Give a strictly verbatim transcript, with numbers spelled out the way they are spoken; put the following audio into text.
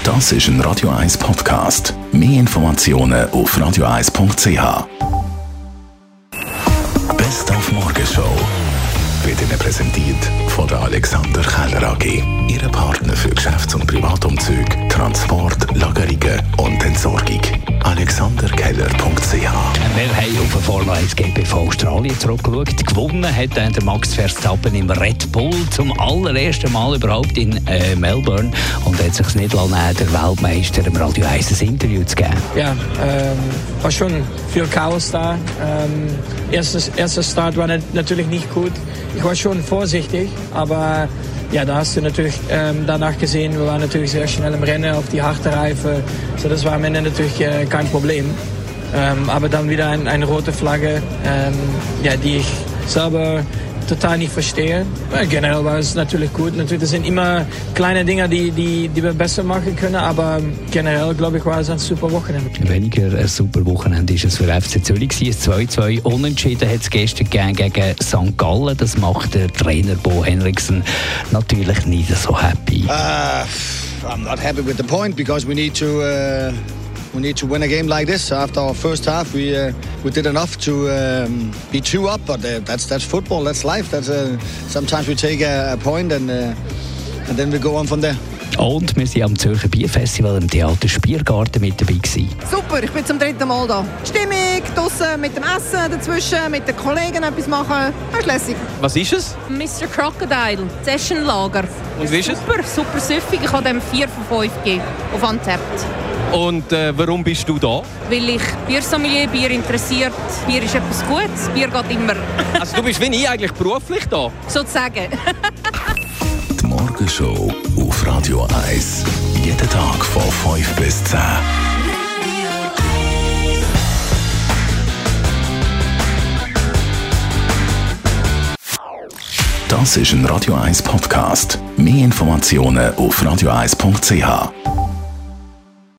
Das ist ein Radio eins Podcast. Mehr Informationen auf radio eins punkt c h. Best auf Morgenshow wird Ihnen präsentiert von der Alexander Keller A G. Ihre Partner für Geschäfts- und Privatumzüge, Transport, Lagerungen und Entsorgung. alexander keller punkt c h. Wir haben auf den Formel eins G P von Australien zurückgeschaut. Gewonnen hat der Max Verstappen im Red Bull zum allerersten Mal überhaupt in äh, Melbourne und hat sich nicht lassen, der Weltmeister im Radio eins ein Interview zu geben. Ja, ähm, war schon viel Chaos da. Ähm, erstes, erster Start war natürlich nicht gut. Ich war schon vorsichtig, aber ja, da hast du natürlich ähm, danach gesehen, wir waren natürlich sehr schnell im Rennen auf die harte Reife. So, das war am Ende natürlich äh, kein Problem. Ähm, aber dann wieder ein, eine rote Flagge, ähm, ja, die ich selber total nicht verstehe. Ja, generell war es natürlich gut. Natürlich, das sind immer kleine Dinge, die, die, die wir besser machen können, aber generell, glaube ich, war es ein super Wochenende. Weniger ein super Wochenende ist es für F C Zürich. Ein zwei zwei Unentschieden hat es gestern gegeben gegen Sankt Gallen. Das macht der Trainer Bo Henriksen natürlich nicht so happy. Uh, I'm not happy with the point because we need to uh, we need to win a game like this. After our first half, we uh, we did enough to um, be two up, but uh, that's that's football, that's life. That's uh, sometimes we take a, a point and uh, and then we go on from there. Und wir waren am Zürcher Bierfestival im Theater Spiergarten mit dabei gewesen. Super, ich bin zum dritten Mal da. Stimmung, draussen mit dem Essen dazwischen, mit den Kollegen etwas machen. Das ist lässig. Was ist es? Mister Crocodile, Sessionlager. Und wie ist es? Super, super süffig. Ich habe dem vier von fünf gegeben auf Untapped. Und äh, warum bist du da? Weil ich Biersommelier, Bier interessiert. Bier ist etwas Gutes, Bier geht immer. Also du bist wie ich eigentlich beruflich da? Sozusagen. Die Morgenshow auf Radio eins. Jeden Tag von fünf bis zehn. Das ist ein Radio eins Podcast. Mehr Informationen auf radio eins punkt c h.